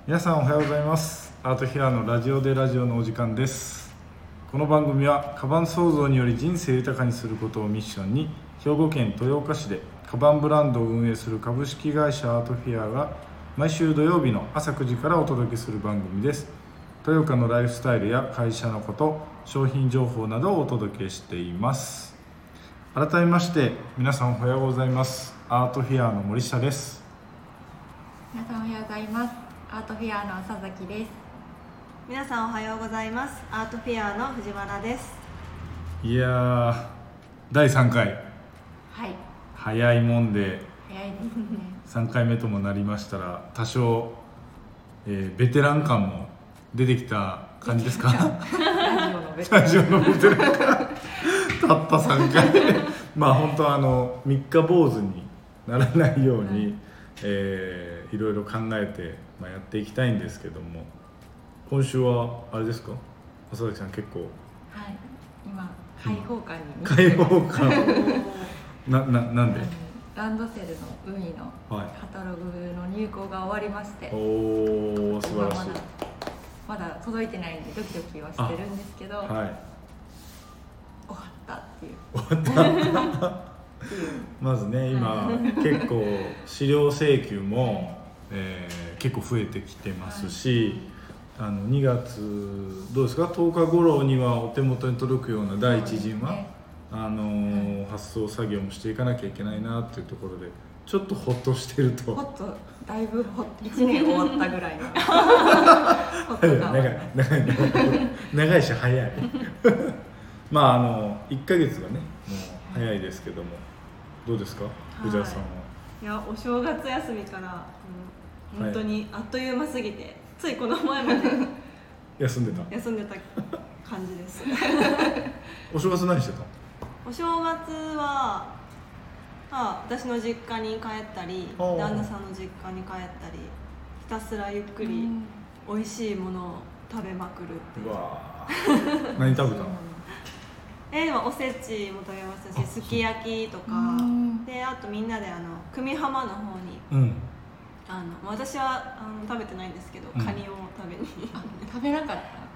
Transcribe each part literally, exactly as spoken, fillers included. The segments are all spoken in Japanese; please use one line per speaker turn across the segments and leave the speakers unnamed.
皆さんおはようございます。アートヒアのラジオでラジオのお時間です。この番組はカバン創造により人生豊かにすることをミッションに、兵庫県豊岡市でカバンブランドを運営する株式会社アートフィアが毎週土曜日の朝くじからお届けする番組です。豊岡のライフスタイルや会社のこと、商品情報などをお届けしています。改めまして皆さんおはようございます。アートフィアの森下です。
皆さんおはようございます。アートフィアの佐々木です。
皆さんおはようございます。アートフィアの藤原です。
いやー、だいさんかい、
はい、
早いもんで
早いですね。
さんかいめともなりましたら、多少、えー、ベテラン感も出てきた感じですか？
ラジオのベテラン
ラジオのベテラン感たったさんかいまあ本当はあの三日坊主にならないように、うんえー、いろいろ考えて、まあ、やっていきたいんですけども、今週はあれですか、浅崎さん結構
はい今開放感に
開放感な, な, なんで
ランドセルの海のカタログの入稿が終わりまして、はい、
おお素晴らしい。
まだ届いてないんでドキドキはしてるんですけど、はい、終わったっていう終わった
まずね、今結構資料請求も、えー、結構増えてきてますし、はい、あのにがつどうですか、とおか頃にはお手元に届くような第一陣は、ね、あのーはい、発送作業もしていかなきゃいけないなっていうところでちょっとホッとしてると。
ホッとだいぶホッいちねん終わったぐらいのホッと
長い長い長いし早いまああのいっかげつがねもう早いですけども、どうですか藤原さんは。
いや、お正月休みから、うん、本当にあっという間すぎて、はい、ついこの前まで
休んでた
休んでた感じです
お正月何してた？
お正月はあ私の実家に帰ったり、旦那さんの実家に帰ったり、ひたすらゆっくり美味しいものを食べまくるっていう。うわ
何食べたの？
えー、でもおせちも食べましたし、すき焼きとかで、あとみんなであの久美浜の方に、うん、あの私はあの食べてないんですけど、うん、カニを食べに
食べなかった。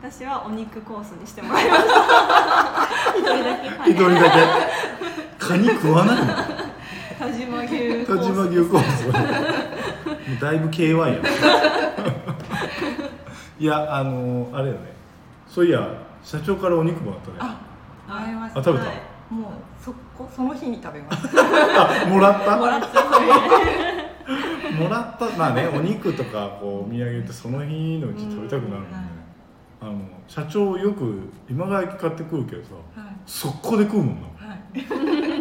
私はお肉コースにしてもらいました一人だけ、はい、
一人だけカニ食わないの？
但馬牛
コース。但馬牛コースだいぶ ケーワン やいや、あのあれよね、そういや社長からお肉もらったね。
あ、もらいました。
あ、食べた、はい、
もう そ, こその日に食べました
あ、もらった
もらった
もらった。まあね、お肉とかこうお土産ってその日のうち食べたくなるもんね、はい、あの社長よく今川焼き買ってくるけどさ、はい、速攻で食うもんな、はい、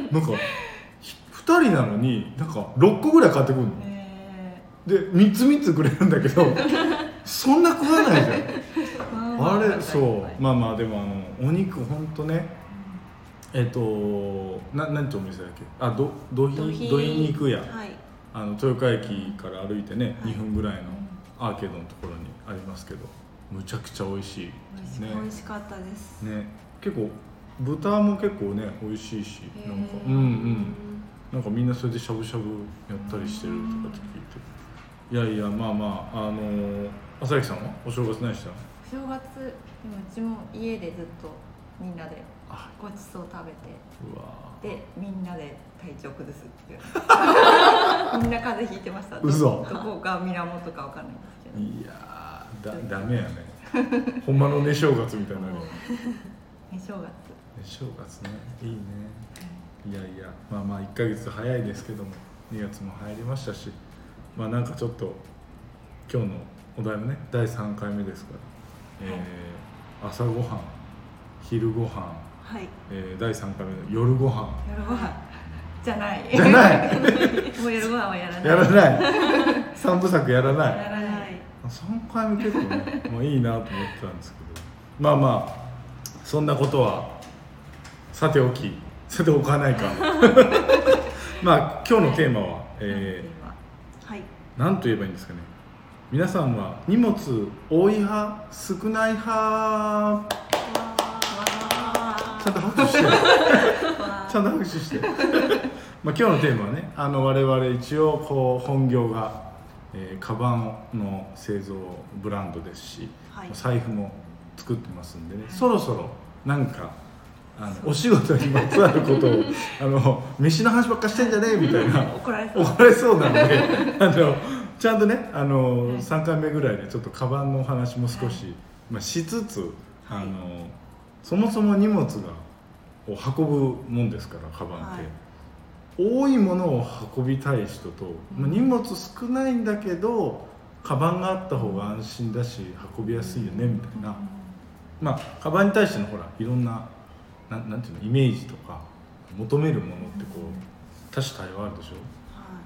なんかふたりなのになんかろっこぐらい買ってくるの、えー、でみっつみっつくれるんだけどそんな食わないじゃんあれ、そう、まあまあでもあのお肉ほんとね、えっとな何てお店だっけ、あどどひどひ肉屋、はい、あの豊岡駅から歩いてね、はい、にふんぐらいのアーケードのところにありますけど、むちゃくちゃ美味しい、ね、
美味しかったです
ね。結構豚も結構ね美味しいし、なんかうんうんなんかみんなそれでしゃぶしゃぶやったりしてるとかって聞いて、いやいや、まあまああのー、浅崎さんはお正月何したの？
正月、うちも家でずっとみんなでごちそう食べて、うわでみんなで体調崩すっていうみんな風邪ひいてました。
嘘。
どこが源かわかんないんですけど。
いやー、だダメやねほんまの寝正月みたいなね
寝正月
寝正月ね、いいね。いやいや、まあまあいっかげつ早いですけども、にがつも入りましたし、まあなんかちょっと今日のお題もねだいさんかいめですから、えー、朝ごはん、昼ごはん、はい、えー、だいさんかいめの夜ごはん。
夜ごはんじゃない
じゃない
もう夜ごはんはやらない
やらない三部作やらない
やらない
さんかいめ結構ねもういいなと思ってたんですけど、まあまあそんなことはさておき、さておかないかまあ今日のテーマは、えーはい、何と言えばいいんですかね。皆さんは荷物多い派、少ない派？ちゃんと拍手してちゃんと拍手してまあ今日のテーマはね、あの我々一応こう本業が、 えー、カバンの製造ブランドですし、はい、財布も作ってますんでね、はい、そろそろなんかあのお仕事にまつわることをあの飯の話ばっかしてんじゃねえみたいな
怒られそう
怒られそうなんであのちゃんとねあの、はい、さんかいめぐらいでちょっとカバンのお話も少し、はいまあ、しつつ、はい、あのそもそも荷物がを運ぶもんですからカバンって、はい多いものを運びたい人と、まあ、荷物少ないんだけどカバンがあった方が安心だし運びやすいよねみたいな、まあカバンに対してのほらいろんなな ん, なんていうのイメージとか求めるものってこう多種多様あるでしょ、はい、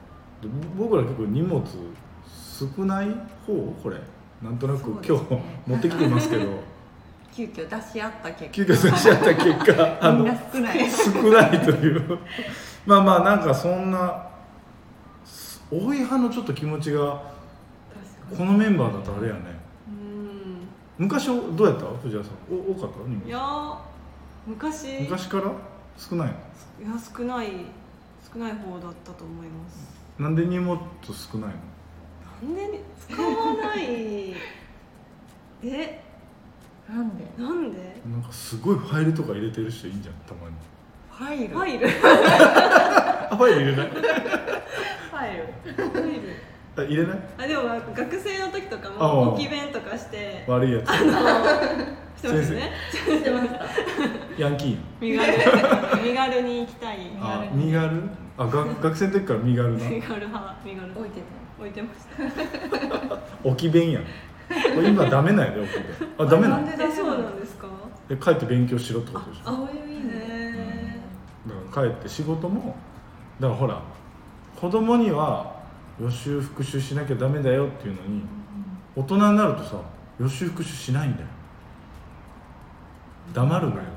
で僕ら結構荷物少ない方これなんとなく、ね、今日持ってきてますけど
急遽出し合った結果
急遽出し合った結果
あのみんな少ない
少ないというまあまあなんかそんな多い派のちょっと気持ちがこのメンバーだとあれやねうん昔どうやった藤原さんお多かった荷物
いや昔
昔から少ないの
いや少ない少ない方だったと思います
なんで荷物少ない
のなんで使わないえ
なんで
なんで
なんかすごいファイルとか入れてる人いいんじゃんたまに
ファイル
ファイル
あファイル入れない
ファイルファイル
あ入れない
あでも学生の時とかも置き弁とかして
悪いやつ
あのしてますね
してました
ヤンキー
身軽身軽に行きたい
あ身軽あが学生の時から身軽な
身軽派身軽
置いて
た置いてました
置き弁やんこれ今ダメなんやで置き弁あダメなん
でそうなんですか
え帰って勉強しろってことでしょ
あそういう意味ね
だから帰って仕事もだからほら子供には予習復習しなきゃダメだよっていうのに、うん、大人になるとさ予習復習しないんだよ黙るなよ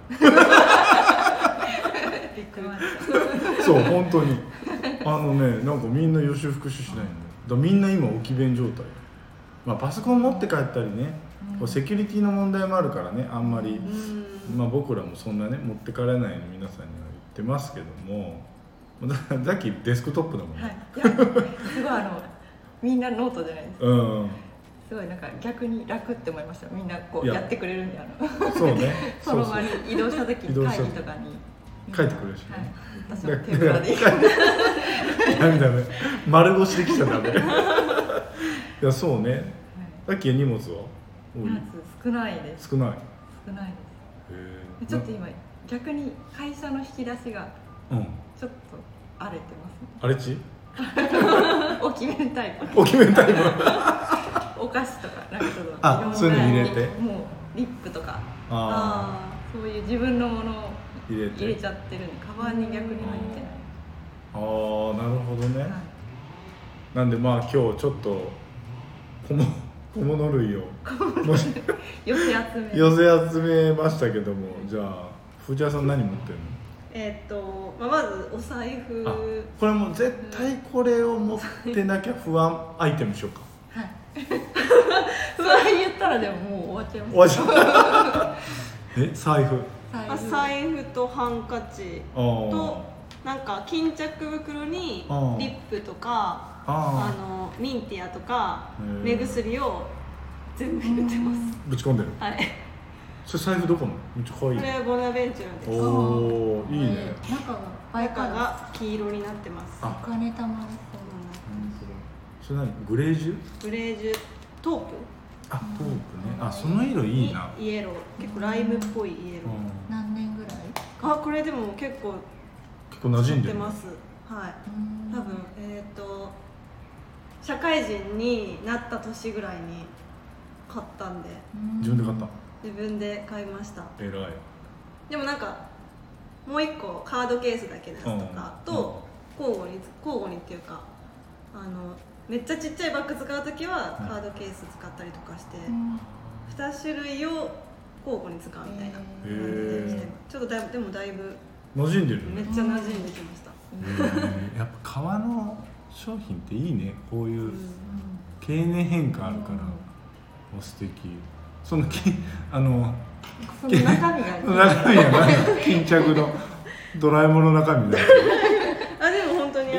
びっくりした
そう本当にあのねなんかみんな予習復習しないんだよだからみんな今置き弁状態まあパソコン持って帰ったりね、うん、セキュリティの問題もあるからねあんまり、うん、まあ僕らもそんなね持って帰らないように皆さんには言ってますけどもさっきデスクトップだもんね、
はい、いやすごいあのみんなノートじゃないですか、うん、すごいなんか逆に楽って思いましたみんなこうやってくれるんであの
そうね
その場に移動した時に会議とかに
書いてくれるし、ね
はい、私も手ぶらで
ダメダメ丸腰できちゃダメいやそうね、はい、さっき荷物は多い
少ないです
少ない
少ないですちょっと今逆に会社の引き出しがうんちょっと荒れてます
ね。荒れち？
置き弁タイプ。
置き弁タイプ。
お菓子とかなんかちょっと
あ、そういうの入れて。
もうリップとか。ああ。そういう自分のものを入れ入れちゃってるんで、カバンに逆に入ってない。
ああ、なるほどね。はい、なんでまあ今日ちょっと小物小物類を
寄せ集め
寄せ集めましたけども、じゃあ藤原さん何持ってるの？
えーとまあ、まずお財布
これもう絶対これを持ってなきゃ不安アイテムしようか
はい不安言ったらでももう終わっちゃいます
終わっちゃうえ財布
あ財布とハンカチとなんか巾着袋にリップとかあのミンティアとか目薬を全部入れてます
ぶち込んでる
はい
それ財布どこのめっちゃ可愛い
これはボナベンチュラです
おおいいね
中が
中が黄色になってます
お金たまり
そうそれ何グレージュ
グレージュトープ
あトープねあその色いいな
イエロー結構ライムっぽいイエロー
何年ぐらい
あこれでも結構
結構馴染んでる
ますはい多分えっと社会人になった年ぐらいに買ったんで
自分で買った
自分で買いました
えらい
でもなんかもう一個カードケースだけのやつとかと交互に交互にっていうかあのめっちゃちっちゃいバッグ使うときはカードケース使ったりとかしてに種類を交互に使うみたいな感じでしてちょっとだいぶでもだいぶ
馴染んでる
めっちゃ馴染んできました
やっぱ革の商品っていいねこういう経年変化あるからもう素敵そのきあの
その中身が
中身が巾着のドラえもんの中身だ
あでも本当にあの
一方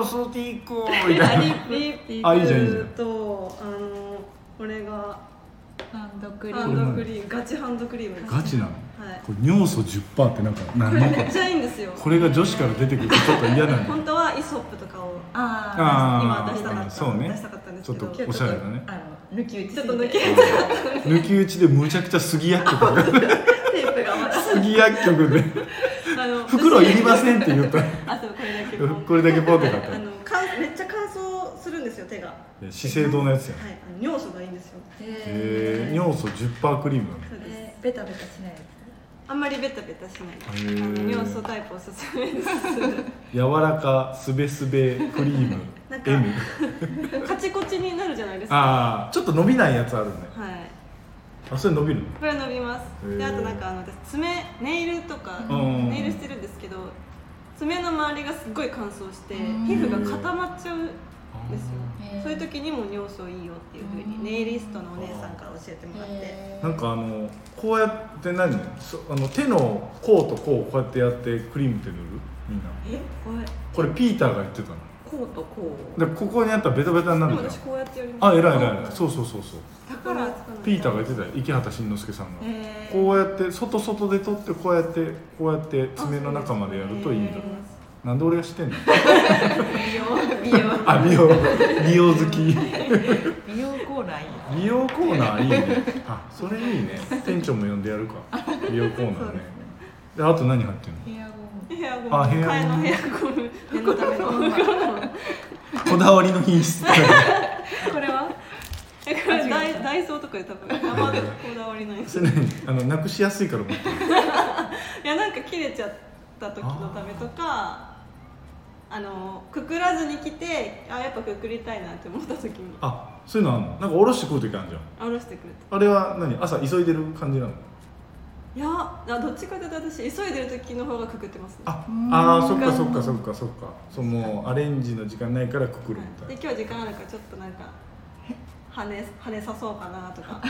スティックみたいな
リップ
あいいじゃんいいじゃん
とあのこれが
ハンドクリー
ハ
ム
ンドクリームガチハンドクリームです
ガチなの、
はい、
これ尿素 じゅっパーセント ってなんか何
これ
のか
めっちゃいいんですよ。
これが女子から出てくるとちょっと嫌なの
本当はイソップとかを
あ
あ
今出したかった
そうね
出したかったんです
ちょっ
けど
とおしゃれだね
あの抜き打ち
ちょっと抜き
抜き打ちでむちゃくちゃ杉薬局が
テープがまだ
杉薬局で
あの
袋いりませんって言ったら
あそうこれだけポン
これだけポンって買った
あのかんめっちゃ乾燥するんですよ手が。
資生堂のやつやん、
はい、あの尿素がいいんですよ。
へえ尿素 じゅっパーセント クリームなの
そうです。
えーベタベタしないや
あんまりベタベタしない。
へー
あの尿素タイプおすすめです。
柔らかすべすべクリーム
なんか
M
カチコチになるじゃないですか。
ああちょっと伸びないやつあるね
はい。
あそれ伸びるの
これ伸びます
へー
であとなんかあの私爪ネイルとか
うん
ネイルしてるんですけど爪の周りがすっごい乾燥して
うん
皮膚が固まっちゃうんですよ
へー
そういう時にも尿素いいよっていうふうにネイリストのお姉さんから教えてもらって
へー
なんかあのこうやって何そあの手の甲と甲をこうやってやってクリームって塗るみんな
えこれ
これピーターが言ってたの
こうとこう
でここにあったらベタベタにな
でも
るじゃん
私こうやってやります
あ偉い偉い偉いそうそうそうそう
だから
ピーターが言ってたよ池畑慎之介さんが
へー
こうやって外外で取ってこうやってこうやって爪の中までやるといいんだ
へ
なんで俺が知ってんの
美容美容
あ美容美容好き
美容コーナーいい
美容コーナーいいねあそれいいね店長も呼んでやるか美容コーナーねであと何入ってんの
ヘアゴム
ヘアゴム
あヘアゴム
替えのヘアゴム念のための
こだわりの品質
これは
えこれダイダイソーとかで多分生でこだわりないです
それ何あのなくしやすいから持ってる
いやなんか切れちゃった時のためとかあのくくらずに来てあやっぱくくりたいなって思った時に
あそういうのあんのなんかおろして食う時あるじゃん
下ろしてくれて
あれは何朝急いでる感じなの
いやあどっちかというと私急いでる時の方がくくってますね
ああーそっかそっかそっかそっかそうもうアレンジの時間ないからくくるみたいな
で今日時間あるからちょっとなんか跳ね跳ねさそうかなとか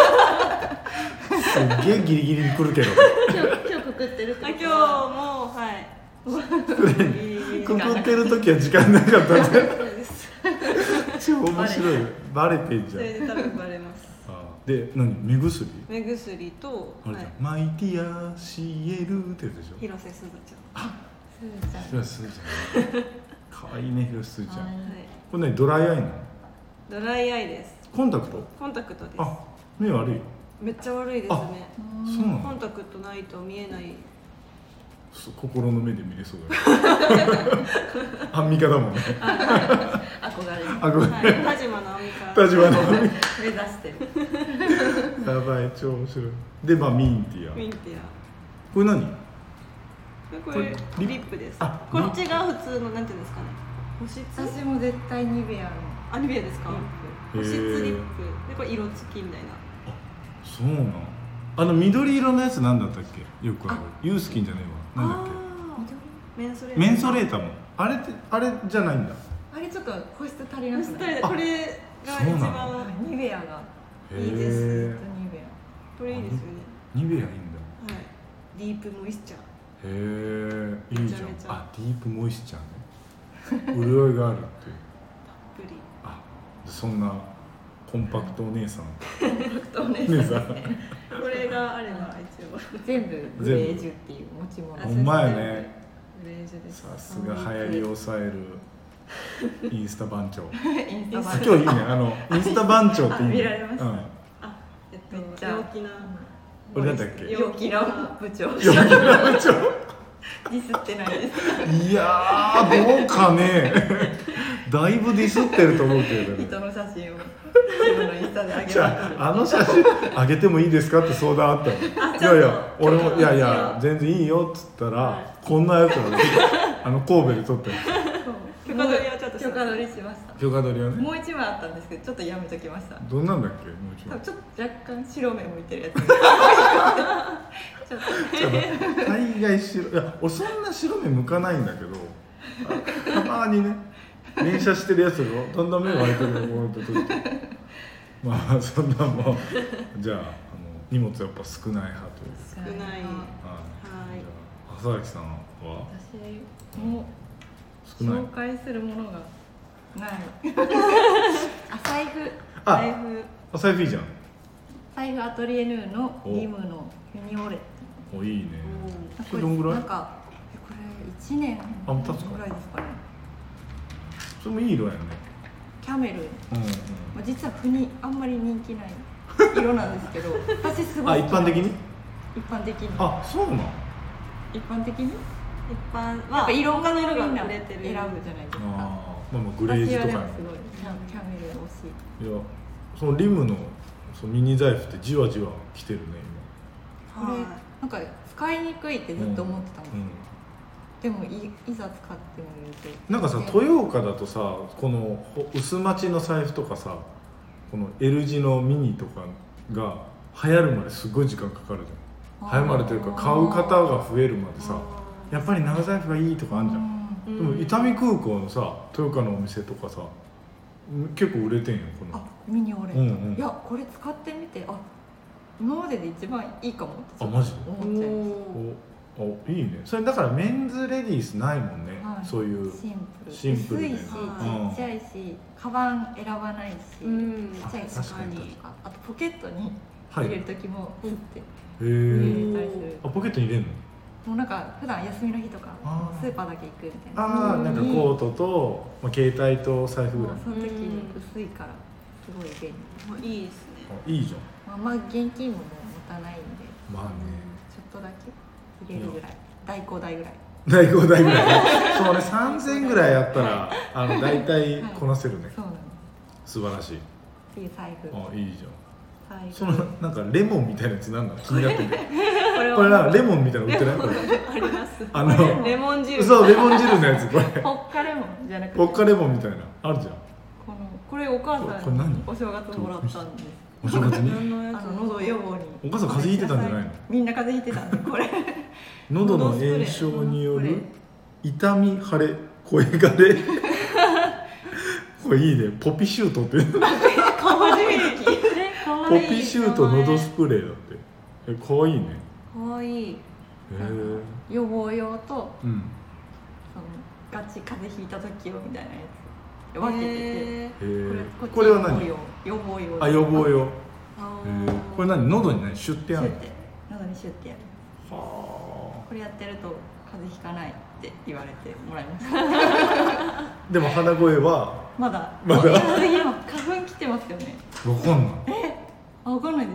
すっげえギリギリに来るけど
今日今日くくってるって
あ今日も
ことは
はい
くくってる時は時間なかったんで
そうです
超面白いバレてんじゃん
それで多分バレます
あで何目薬
目薬と、
あれじゃん、
はい、
マイティアシエルってやつでしょ
広瀬すずちゃん
すずちゃん
広瀬すずちゃんかわいいね広瀬すずちゃん
はい
はい
これねドライアイなの
ドライアイです
コンタクト
コンタクトです
あ目悪いよ
めっちゃ悪いですね
そうなの
コンタクトないと見えない
そう心の目で見れそうだよアンミカだもんね
憧れ
憧
は
れ
い田島直美から
立場の
目指してる
やばい超面白いでまあミンティア
ミンティ
これ何
アこれ
これリ
リップです
あ
こっちが普通のなんていうんですかね保湿
私も絶対ニベアの
アニベアですか
へー
保湿リップでこれ色付きみたいな
そうなのあの緑色のやつなんだったっけよくあるユースキンじゃねえわなんだっけ
あーメンソレータ
メンソレータもあれってあれじゃないんだ
あれちょっと保湿足りなく
スタ
ない
イルこれが一
そうな
番
ニベアが
いいです
へ
ずっとニベ
これいいですよね
ーニベアいいんだ
はいディープモイスチャー
へえいいじゃん
めちゃめちゃ
あディープモイスチャーね潤いがあるっていう
たっぷり
あそんなコンパクトお姉さん
アお姉
姉さん
これがあれば一応
全部グレージュっていう持ち物
あ
ほんまやね
グレージュです
さすが流行りを抑えるインスタ番長
インスタ
今
版
日いいねあのインスタ番長っていいね
あ見られました
うん
あえっ
めっちゃ
と陽気な
これなんだっけ
陽気な部長
陽気な番長
ディスってないです
いやーどうかねだいぶディスってると思うけれどね
人の写真を自分のインスタで上げ
じゃああの写真あげてもいいですかって相談あったのいやいや俺もいやいや全然いいよっつったら、
はい
こんなやつがあの神戸で撮ってる
許可取りはちょっと
許可取りしました
許可取りはね
もう一枚あったんですけどちょっとやめときました
どんなんだっけもう一枚
多分ちょっと若干白目向いてるやつちょっと
ちょっと大概白いや俺そんな白目向かないんだけどたまにね連写してるやつがだんだん目が開いてるのをこうやって撮ってまあそんなもんじゃああの荷物やっぱ少ない派という
少ない
はい
はい
じゃあ浅崎さんは
私も
少ない。
紹介するものがないあ財布
あ
財布
お財布いいじゃん。
財布アトリエヌーのリムのユニオーレ。
おいいね。
こ
これどんぐらい？
なんかえこれいちねん
あ経つか
ぐらいですかね。
それもいい色やね。
キャメル、
うんうん、
まあ、実はふにあんまり人気ない色なんですけど私すごい
あ一般的に？
一般的に
あそうなの？
一般的に
一般
なん
は
かいろんな
色
色が
が
売れてる選ぶじゃないですか。
あまあまあグレージとか
私はで
ね。
もすごいキャキャメル推し。
いやそのリムのそのミニ財布ってじわじわ来てるね
これなんか使いにくいってずっと思ってたんです、うん、でも い, いざ使ってみると
なんかさ豊岡だとさこの薄まちの財布とかさこの L 字のミニとかが流行るまですごい時間かかるじゃん。流行るまでというか買う方が増えるまでさやっぱり長財布がいいとかあるじゃん、うん、でも伊丹空港のさ豊岡のお店とかさ結構売れてんよこの
あミニオレンジ、
うんうん、
いやこれ使ってみてあ今までで一番いいかもって
あマジ
思っちゃいます。
おおいいね。それだからメンズレディースないもんね、はい、そういう
シンプル
シンプルで
薄いし、はい、ちっちゃいしカバン選ばないし、うん、ちっちゃいし
確かに
あとポケットに入れる時もふって
入れたりする。あポケットに入れるの？
もうなんか普段休みの日とかスーパーだけ行くみたいな。
ああなんかコートと、まあ、携帯と財布ぐらい。
その時薄いからすごい便利。
まあ、いいですね。
あいいじゃん。
まあまあ現金ももう持たないんで。
まあね。
ちょっとだけ入れるぐらい。代行代ぐらい。
代行代ぐらい。そうねさんぜんぐらいやったらあの大体こなせるね。はい、そうなんです。素晴らしい。
っていう財布。
あいいじゃん。そのなんかレモンみたいなやつなんだ気になっててこれこれなんかレモンみたいなの売ってないこれ
あります
あの
レモン汁
そうレモン汁のやつこれ
ポッカレモンじゃなくて
ポッカレモンみたいなあるじゃん。
このこれお母さんにお正月もらったんです。
お正月に
あの喉予防に
お母さん風邪ひいてたんじゃないの？
みんな風邪ひいてたんでこれ
喉の炎症による痛み腫れ声がれこれいいねポピシュートって
初めて聞いて
ポピシュート喉スプレーだってえかわいいね。
かわいい。
へえ
予防用と、
うん、
そのガチ風邪ひいた時用みたいなやつ分けてて、
へえ
これ
これは何？
予防用
あ予防用。へえこれ何喉に何シュッてやるの？
シュッて喉にシュッてやる。はあこれやってると風邪ひかないって言われてもらいました
でも鼻声は
まだ
まだ
今花粉来てますよね。
わかんない。
えあ分かんないです。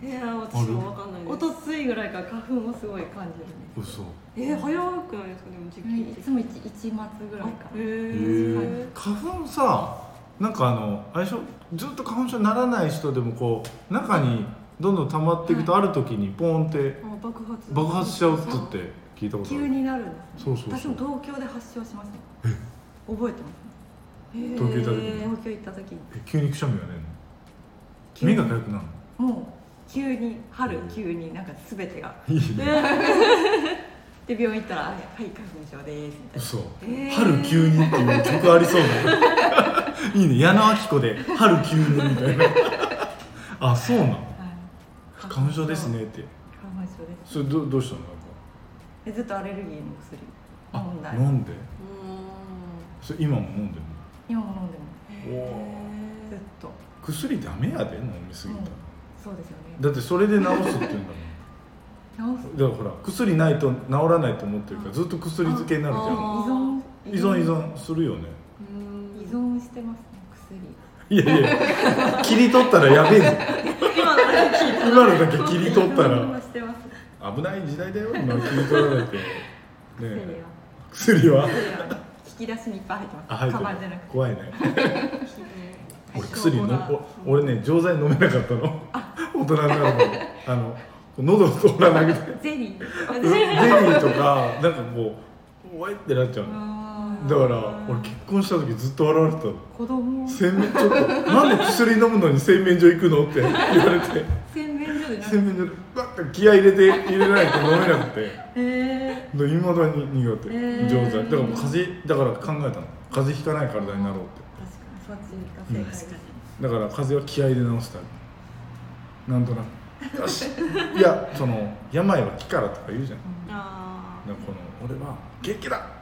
いや私もわかんないです。
おとついぐらいから花粉をすごい感じるんです。
嘘。
えー、早くないですかでも時期。
いつもいちいちまつぐらいから。へ
え花粉さなんかあのあれでしょずっと花粉症にならない人でもこう中にどんどん溜まっていくと、はい、ある時にポーンって
爆発
爆発しちゃうって聞いたことある。
急になるんです、
ね、そうそうそう。
私も東京で発症しました。え覚えてます。
東京行った時に
東京行った時に
え急にくしゃみが出るの？目が痒くなる
の？もう急に春急になんか全てが
いいね
で病院行ったら「はい花粉症です」みたいな。
嘘、えー、春急にっていう曲ありそうだねいいね矢野顕子で「春急に」みたいなあそうなの、はい、花粉症ですねって
花粉症です。
それ ど, どうしたの？
えずっとアレルギーの薬飲んだり。
飲んでそれ今も飲んでるの？
今も飲んでます。ずっと
薬ダメやで飲みすぎたら、うん、
そうですよね。
だってそれで治すって言うんだもん治すだからほら薬ないと治らないと思ってるからずっと薬漬けになるじゃん。依存依存依存するよね。
依存してますね
薬。いやいや切り取ったらやべえぞ今のだけ今のだけ切り取ったら危ない時代だよ今切り取らないとねえ薬は
引き出しにいっぱい入ってます。
あ入ってる。
カバンじゃなくて
怖いね俺薬の俺ね錠剤飲めなかったの大人になるまであの喉を通らなくて
ゼリー
ゼリーとかなんかこうおいってなっちゃうの。だから俺結婚した時ずっと笑われてたの。
子供
洗面ちょっとなんで薬飲むのに洗面所行くのって言われて
洗面所で
洗面所でバッと気合い入れて入れないと飲めなくて
え
いまだに苦手、えー、錠剤だから風邪だから考えたの風邪ひかない体になろうって。
確かにそっちが正解、
うん、だから風邪は気合いで治したいなんとなくよしいやその病は気からとか言うじゃん、うん、あだからこの俺は元気だ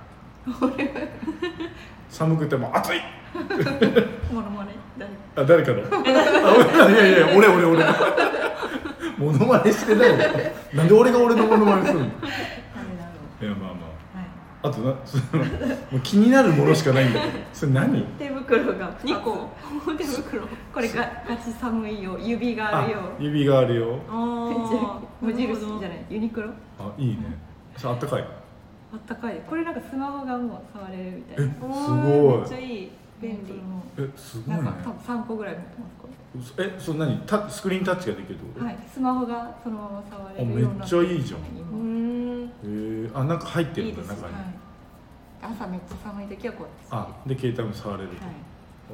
寒くても暑い
モノマネ
誰あ誰かのあいやいや俺俺俺モノマネしてないのなんで俺が俺のモノマネするのいやまあまあ、はい、あとなそのもう気になるものしかないんだけどそれ何
手袋が
にこ手袋
これがガチ寒いよ指があるよ
指があるよ
あ
無印じゃないユニクロ
あいいねそれあったかい
あったかいこれなんかスマホがもう触れるみたいな
えすごい
めっちゃいい便利
えすごいね
なんか多分さんこぐらい持ってますこれ
えそれ何タスクリーンタッチができるってこと
はいスマホがそのまま触れる
めっちゃいいじゃん
うん
へえあなんか入ってるんだ中に、
はい、朝めっちゃ寒い時はこっち
あで携帯も触れると、
はい、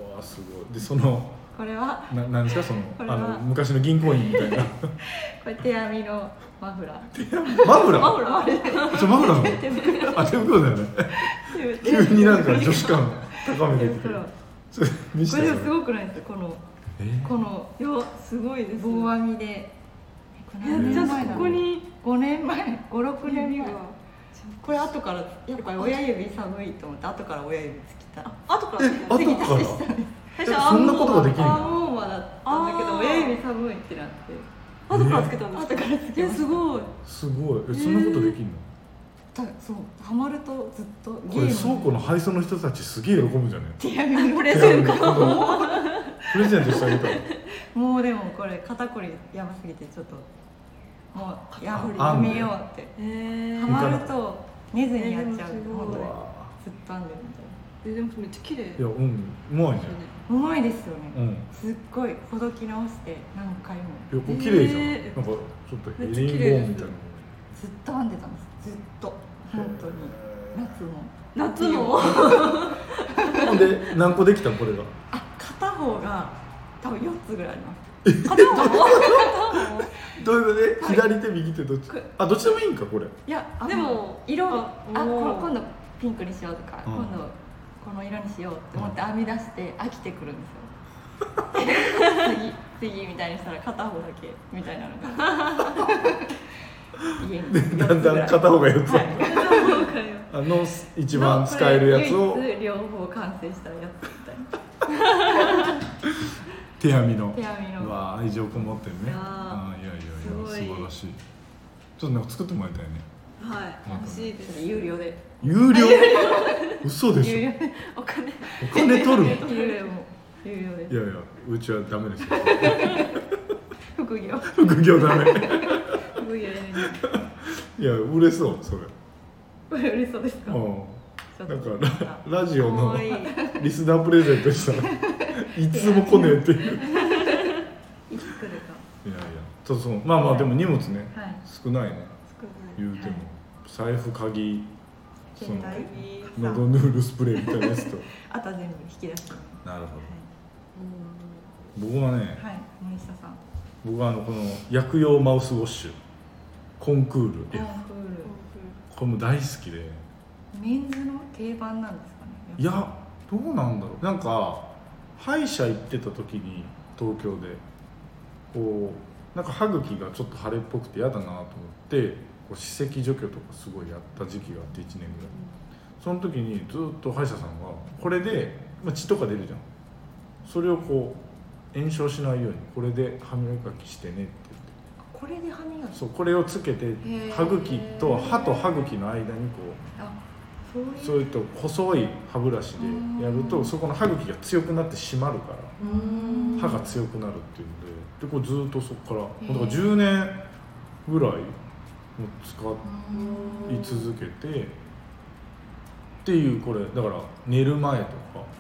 わあすごいでその
これは
ななんですかそのあ
これは
の昔の銀行員みたいな
これ手編みのマフラー
マフラー
マフラー
それマフラーなのあ手袋だよね急になんか女子感高めてきてるそれ見せ
こ
て
れすごくないですかこの
え
この
いやすごいです
棒編みで
めっちゃそこに
ごねんまえごろくねんまえ
指が
これ後からやっぱり親指寒いと思って後から親指つきた
あ後から
え後から
最初
そんなことができる
アー
の
ムウォーマーだったんだけど親指寒いってなって
後からつけたんです
後からつけ
え
ました
すごい
すごいえそんなことできるの
たそうハマるとずっと
これ倉庫の配送の人たちすげえ喜ぶじゃね
手編みの
プレゼント
プレゼントしてあげたら
もうでもこれ肩こりやばすぎてちょっともうや
あ
やめようって
え
ハマると寝ずにやっちゃう
えーでもすごい
本当にずっと編んでるみたい
えでもめっちゃ綺麗
いやうんうまいね
なうまいですよね、
うん
すっごいほどき直して何回も
いやこれ綺麗じゃん、
えー
なんかちょっとヘ
めっちゃ
リンボ
綺麗です
ーンみたいな
ずっと編んでたんですずっと本当に夏も
夏も
ほんで何個できたこれが
あ片方が多分よっつぐらいあります
片方
どういうことで左手右手どっち
これ
あどっちでもいいんかこれ
いやあの
でも
色
あ
あこ
おー
今度ピンクにしようとか、
うん
今度この色にしようって思って編み出して飽きてくるんですよ次次みたいにしたら片方だけみたいなのが家に
でだんだん片方がよっつ、
はい
あの一番使えるやつを
唯一両方完成したやつみたいな
手編みの
手編みの
うわ愛情こもってるね
いやー
あーいやいやいや
すごい
素晴らしいちょっとなんか作ってもらいたいね
はい欲しいです
有料で
有料嘘でしょ
有料で
お金
お金取るのい
有料も有料で
やいやうちはダメですよ
副業
副業ダメ
副業で
いや売れそうそれ
これ嬉しそうですか
うん
ちょっと
なんかララジオの
かわいい
リスナープレゼントしたらいつも来ねえっていういやいや
いつ来るか
そうそうまあまあでも荷物ね、
はい
少ないね
少ない
言うても、財布鍵その
携帯
喉ヌールスプレーみたいなやつと
あとは全部引き出しは
なるほ
うん
ど僕はね、
はい森下さん
僕はあのこの薬用マウスウォッシュコンクール F
コンクール
これも大好きで
メンズの定番なんですかね
いやどうなんだろうなんか歯医者行ってた時に東京でこうなんか歯茎がちょっと腫れっぽくて嫌だなと思ってこう歯石除去とかすごいやった時期があっていちねんぐらいその時にずっと歯医者さんがこれで、まあ、血とか出るじゃんそれをこう炎症しないようにこれで歯磨きしてねって言って
これで歯磨き
そうこれをつけて
ー
歯茎と歯と歯茎の間にこ
あそういう
うそういうと細い歯ブラシでやるとそこの歯茎が強くなって締まるから
うん
歯が強くなるっていうんででこれずっとそこから
へー
だからじゅうねんぐらいも使
うん
い続けてっていうこれだから寝る前とか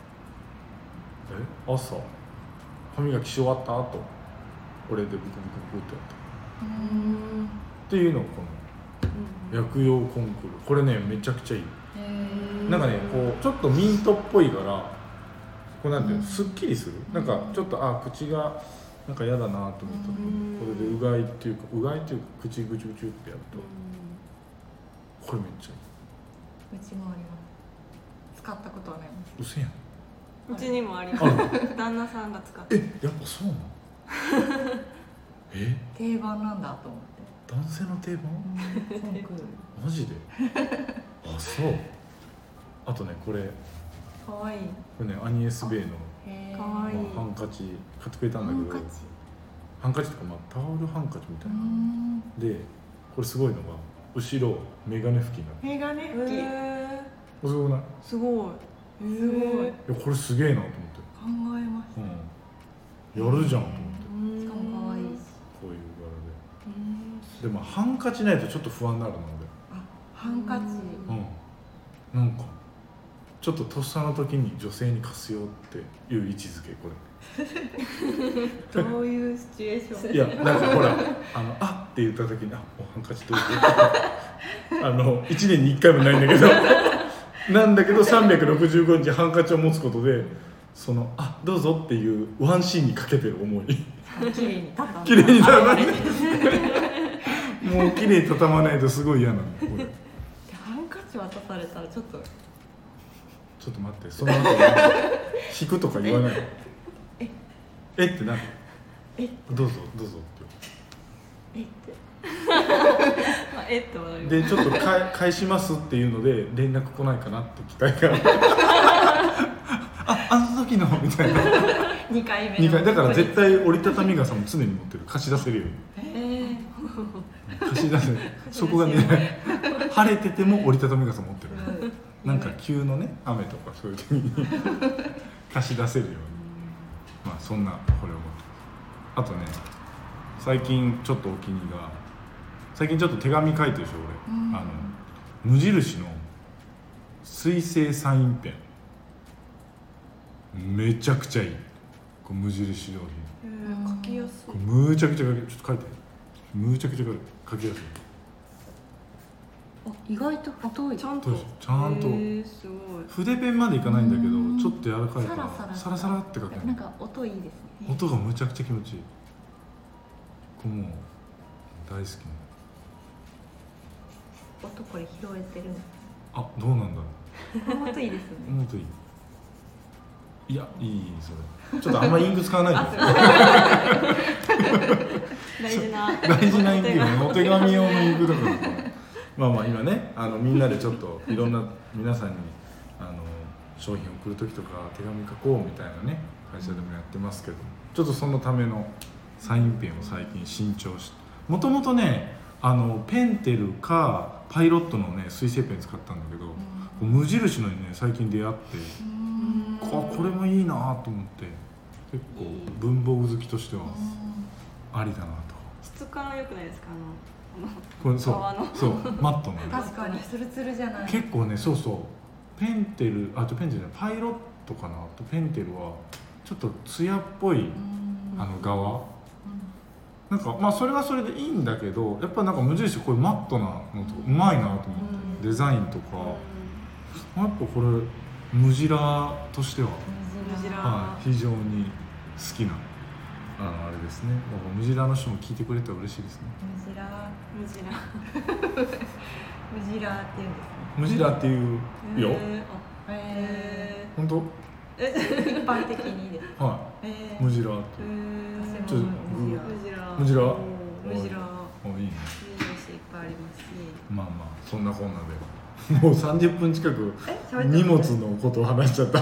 え朝歯磨きし終わった後これでブクブクブクってやった
うん
っていうのがこの薬用コンクールこれねめちゃくちゃいい
へー
なんかねこうちょっとミントっぽいからこうなんていうの
うん
すっきりするなんかちょっとあ口がなんか嫌だなと思った時にこれでうがいっていうかうがいっていうか口ぐちゅぐちゅってやるとこれめっちゃいいう
ちもあります使ったことはないです
うせやん
うちにもあります
ある
旦那さんが使って
えやっぱそうなのえ
定番なんだと思って
男性の定番
コンクール
マジであそうあとねこれ
かわいい。
これねアニエスベイの
かわいい、
まあ、ハンカチ買ってくれたんだけど、
ハンカチ
ハンカチとか、まあ、タオルハンカチみたいなで、これすごいのが後ろメガネ拭きになって
メガネ拭き、
え
すごくない？
すごい、えー、
すごい。
いやこれすげえなと思って、
考えました。
うん、やるじゃんと思って、
しかも可愛いし。
こういう柄で、でもハンカチないとちょっと不安になるので、
あ、ハンカチ。
うん、なんかちょっととっさの時に女性に貸すよっていう位置づけこれ。
どういうシチュエーション？
いやなんかほらあのあって言った時にあおハンカチどうぞあのいちねんにいっかいもないんだけどなんだけどさんびゃくろくじゅうごにちハンカチを持つことでそのあどうぞっていうワンシーンにかけてる思い
綺麗に畳んで。
綺麗に畳まないもう綺麗に畳まないとすごい嫌なのこれ。
ハンカチ渡されたらちょっと
ちょっと待ってその後引くとか言わないの。
え
えってなる。
え
どうぞどうぞ
えって
まあ、えって笑う
ってでちょっとか返しますっていうので連絡来ないかなって期待がああの時のみたいな
にかいめの
にかいだから絶対折りたたみ傘も常に持ってる貸し出せるように
えー、
貸し出せるそこがね晴れてても折りたたみ傘持ってるなんか急のね雨とかそういう時に貸し出せるようにまあそんなこれを持ってます。あとね最近ちょっとお気に入りが最近ちょっと手紙書いてるでしょ俺、うん、あの無印の水性サインペンめちゃくちゃいいこれ無印良
品、えー、書きやすい
これむちゃくちゃ書きちょっと書いてむちゃくちゃ書きやすい。
あ意外と太い
ちゃんと
ちゃんと、え
ー、すごい
筆ペンまでいかないんだけどちょっと柔らかいから
サラサラ
サラサラって書くの
なんか音いいですね。
音がむちゃくちゃ気持ちいいこれもう大好きな
音これ拾えてるんです
あどうなんだろ
う音いいですよね
う音いいいやいいそれちょっとあんまりインク使わないで
大事な
大事なインクお手紙用のインクだからまあまあ今ねあのみんなでちょっといろんな皆さんにあの商品を送る時とか手紙書こうみたいなね会社でもやってますけどちょっとそのためのサインペンを最近新調してもともとねあのペンテルかパイロットのね水性ペン使ったんだけど、うん、無印のにね最近出会ってここれもいいなと思って結構文房具好きとしてはありだなと。
質感良くないですかあの
これそうそうマットな
確かにツルツルじゃない
結構ねそうそうペンテルあとペンテルじゃないパイロットかなあとペンテルはちょっと艶っぽいあの側なんかまあそれはそれでいいんだけどやっぱなんか無印こういうマットなのとうまいなと思ってデザインとかやっぱこれムジラーとしては、はい、非常に好きなあのあれですね。ムジラーの人も聞いてくれたら嬉しいですね。
ムジラー
ムジラー
ムジラーっていうんですね。
ムジラーっていうよ。
へえ
ー、本当？
一般的にです。
はい。えー、ムジラーって。
えー、
ちょっと
ムジラー。
ムジラー。
ムジラー。
おいいね。
無印いっぱいありますし。
まあまあそんなこんなでもうさんじゅっぷん近く荷物のことを話しちゃった。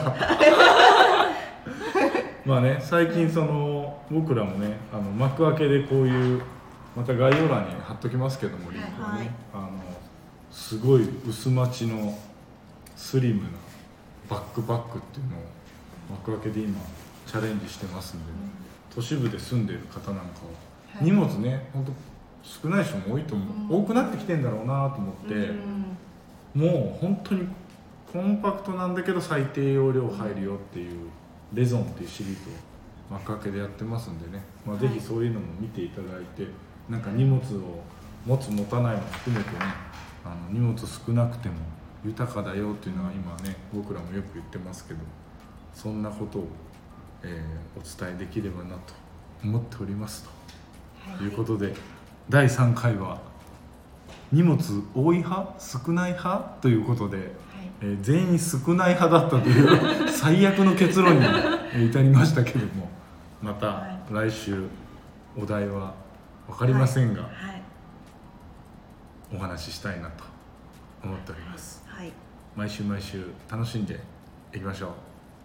まあね最近その僕らもねあの幕開けでこういうまた概要欄に貼っときますけどもリンクをね、はい、あのすごい薄まちのスリムなバックパックっていうのを幕開けで今チャレンジしてますんで、ね、うん、都市部で住んでる方なんかは、はい、荷物ね本当少ない人も多いと思う、うん、多くなってきてんだろうなと思って、うん、もう本当にコンパクトなんだけど最低容量入るよっていう、うん、レゾンっていうシリーズを幕開けでやってますんでね、まあ、ぜひそういうのも見ていただいて、はい、なんか荷物を持つ持たないも含めてねあの荷物少なくても豊かだよっていうのは今ね僕らもよく言ってますけどそんなことを、えー、お伝えできればなと思っておりますと、はい、いうことでだいさんかいは荷物多い派少ない派ということで、はい、えー、全員少ない派だったという最悪の結論に至りましたけどもまた来週お題は分かりませんが、はいはい、お話ししたいなと思っております。
はい、
毎週毎週楽しんでいきましょう。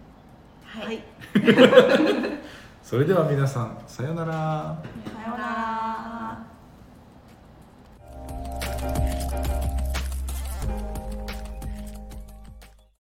はい、
それでは皆さんさようなら。
さようなら。